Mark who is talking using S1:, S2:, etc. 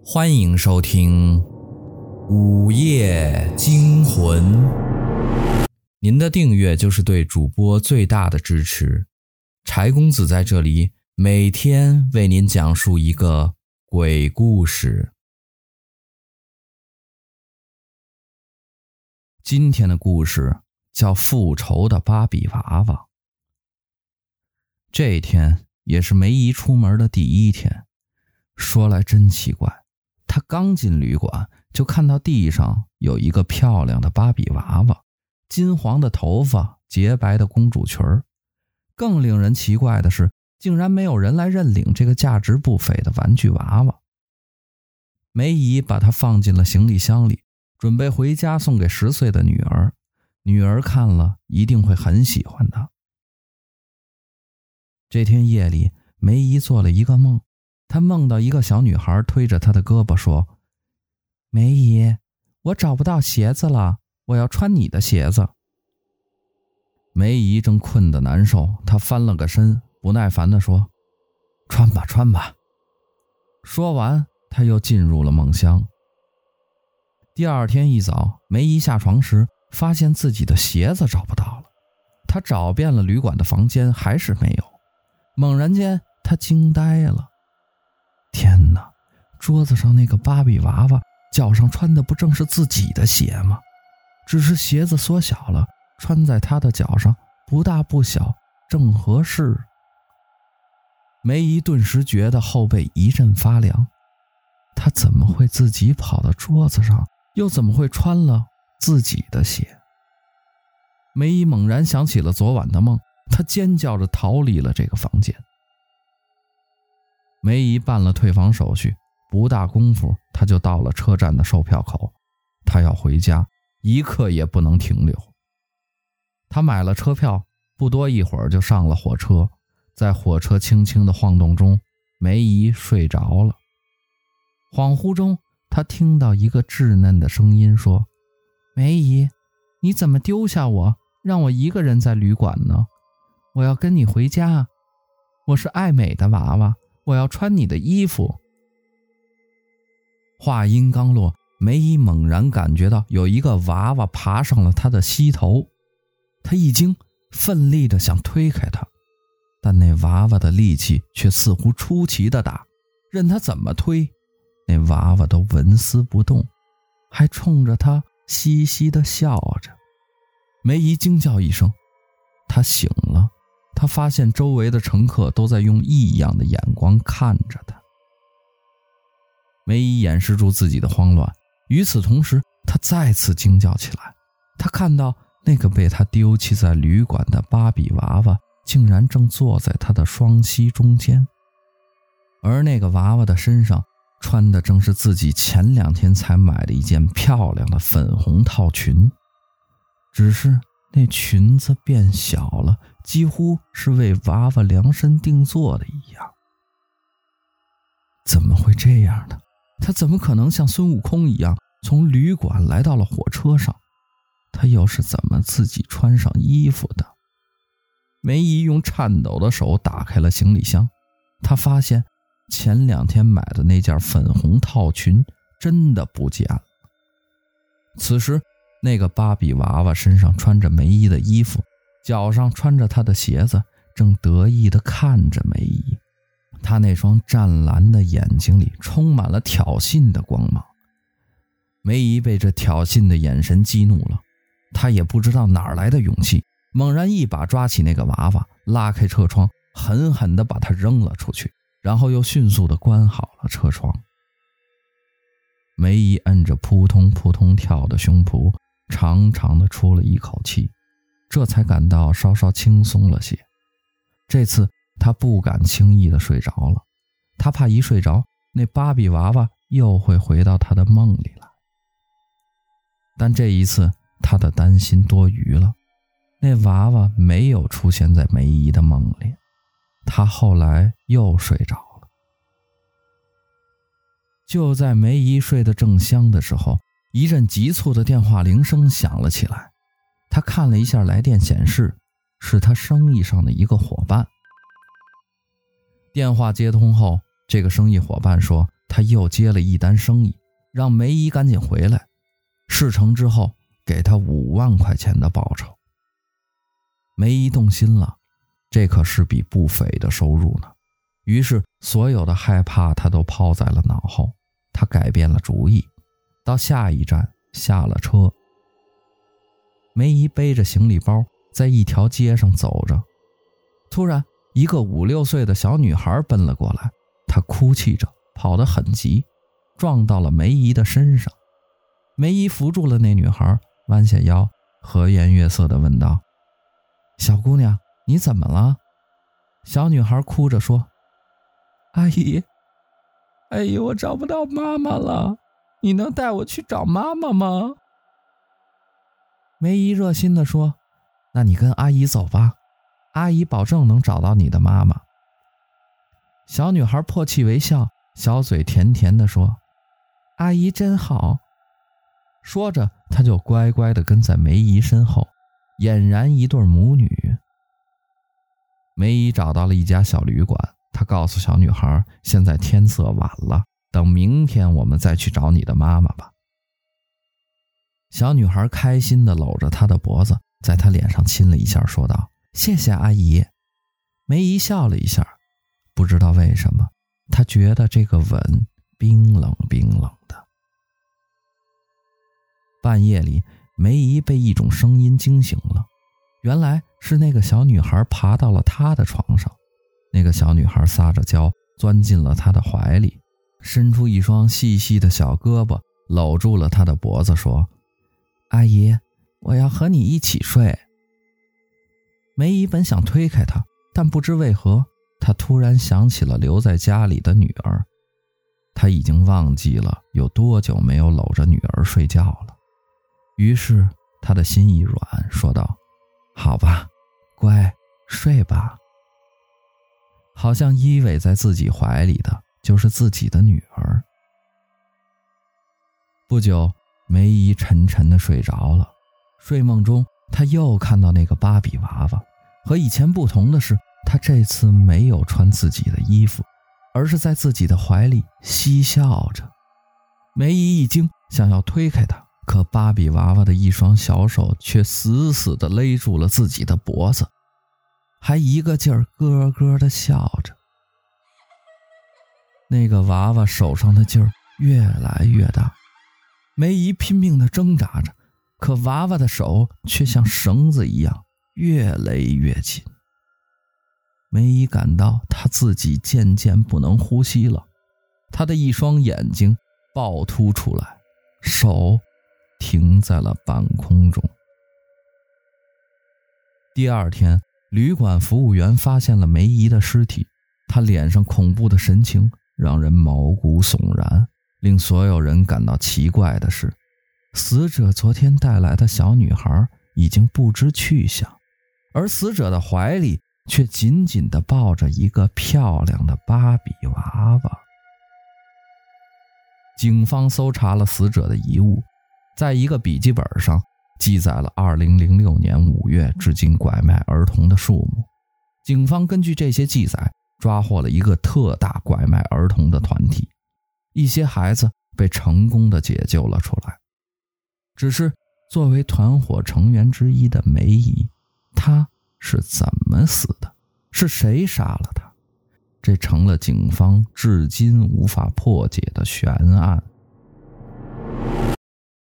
S1: 欢迎收听午夜惊魂。您的订阅就是对主播最大的支持。柴公子在这里每天为您讲述一个鬼故事。今天的故事叫复仇的芭比娃娃。这天也是梅姨出门的第一天，说来真奇怪，她刚进旅馆就看到地上有一个漂亮的芭比娃娃，金黄的头发，洁白的公主裙儿。更令人奇怪的是，竟然没有人来认领这个价值不菲的玩具娃娃。梅姨把它放进了行李箱里，准备回家送给10岁的女儿。女儿看了一定会很喜欢的。这天夜里，梅姨做了一个梦，她梦到一个小女孩推着她的胳膊说：梅姨，我找不到鞋子了，我要穿你的鞋子。梅姨正困得难受，她翻了个身，不耐烦地说：穿吧穿吧。说完，她又进入了梦乡。第二天一早，梅姨下床时发现自己的鞋子找不到了，她找遍了旅馆的房间，还是没有。猛然间，她惊呆了。天哪，桌子上那个芭比娃娃脚上穿的不正是自己的鞋吗？只是鞋子缩小了，穿在她的脚上不大不小，正合适。梅姨顿时觉得后背一阵发凉，她怎么会自己跑到桌子上，又怎么会穿了自己的鞋？梅姨猛然想起了昨晚的梦，她尖叫着逃离了这个房间。梅姨办了退房手续，不大功夫她就到了车站的售票口。她要回家，一刻也不能停留。她买了车票，不多一会儿就上了火车。在火车轻轻的晃动中，梅姨睡着了。恍惚中，她听到一个稚嫩的声音说：梅姨，你怎么丢下我，让我一个人在旅馆呢？我要跟你回家，我是爱美的娃娃，我要穿你的衣服。话音刚落，梅姨猛然感觉到有一个娃娃爬上了她的膝头，她一惊，奋力地想推开它，但那娃娃的力气却似乎出奇的大，任她怎么推，那娃娃都纹丝不动，还冲着她嘻嘻地笑着。梅姨惊叫一声，她醒了，她发现周围的乘客都在用异样的眼光看着她。梅姨掩饰住自己的慌乱，与此同时，她再次惊叫起来。她看到那个被她丢弃在旅馆的芭比娃娃竟然正坐在她的双膝中间，而那个娃娃的身上穿的正是自己前2天才买的一件漂亮的粉红套裙，只是那裙子变小了，几乎是为娃娃量身定做的一样。怎么会这样呢？他怎么可能像孙悟空一样从旅馆来到了火车上？他又是怎么自己穿上衣服的？梅姨用颤抖的手打开了行李箱，她发现前2天买的那件粉红套裙真的不见了。此时那个芭比娃娃身上穿着梅姨的衣服，脚上穿着她的鞋子，正得意地看着梅姨。她那双湛蓝的眼睛里充满了挑衅的光芒。梅姨被这挑衅的眼神激怒了，她也不知道哪儿来的勇气，猛然一把抓起那个娃娃，拉开车窗，狠狠地把它扔了出去，然后又迅速地关好了车窗。梅姨摁着扑通扑通跳的胸脯，长长地出了一口气，这才感到稍稍轻松了些。这次她不敢轻易地睡着了，她怕一睡着，那芭比娃娃又会回到她的梦里来。但这一次她的担心多余了，那娃娃没有出现在梅姨的梦里，她后来又睡着了。就在梅姨睡得正香的时候，一阵急促的电话铃声响了起来。她看了一下来电显示，是她生意上的一个伙伴。电话接通后，这个生意伙伴说他又接了一单生意，让梅姨赶紧回来，事成之后给他5万块钱的报酬。梅姨动心了，这可是笔不菲的收入呢。于是所有的害怕他都抛在了脑后，他改变了主意，到下一站下了车。梅姨背着行李包在一条街上走着，突然一个5、6岁的小女孩奔了过来，她哭泣着跑得很急，撞到了梅姨的身上。梅姨扶住了那女孩，弯下腰，和颜悦色地问道：小姑娘，你怎么了？小女孩哭着说：阿姨，我找不到妈妈了，你能带我去找妈妈吗？梅姨热心地说：那你跟阿姨走吧，阿姨保证能找到你的妈妈。小女孩破涕为笑，小嘴甜甜地说：阿姨真好。说着她就乖乖地跟在梅姨身后，俨然一对母女。梅姨找到了一家小旅馆，她告诉小女孩，现在天色晚了，等明天我们再去找你的妈妈吧。小女孩开心地搂着她的脖子，在她脸上亲了一下，说道：谢谢阿姨。梅姨笑了一下，不知道为什么，她觉得这个吻冰冷冰冷的。半夜里，梅姨被一种声音惊醒了，原来是那个小女孩爬到了她的床上。那个小女孩撒着娇钻进了她的怀里，伸出一双细细的小胳膊搂住了她的脖子，说：阿姨，我要和你一起睡。梅姨本想推开她，但不知为何，她突然想起了留在家里的女儿。她已经忘记了有多久没有搂着女儿睡觉了。于是她的心一软，说道：好吧，乖，睡吧。好像依偎在自己怀里的就是自己的女儿。不久，梅姨沉沉地睡着了。睡梦中，她又看到那个芭比娃娃，和以前不同的是，她这次没有穿自己的衣服，而是在自己的怀里嬉笑着。梅姨一惊，想要推开她，可芭比娃娃的一双小手却死死地勒住了自己的脖子，还一个劲儿咯咯地笑着。那个娃娃手上的劲儿越来越大，梅姨拼命地挣扎着，可娃娃的手却像绳子一样越勒越紧。梅姨感到她自己渐渐不能呼吸了，她的一双眼睛暴突出来，手停在了半空中。第二天，旅馆服务员发现了梅姨的尸体，她脸上恐怖的神情让人毛骨悚然。令所有人感到奇怪的是，死者昨天带来的小女孩已经不知去向，而死者的怀里却紧紧地抱着一个漂亮的芭比娃娃。警方搜查了死者的遗物，在一个笔记本上记载了2006年5月至今拐卖儿童的数目。警方根据这些记载，抓获了一个特大拐卖儿童的团体，一些孩子被成功地解救了出来。只是作为团伙成员之一的梅姨，她是怎么死的？是谁杀了她？这成了警方至今无法破解的悬案。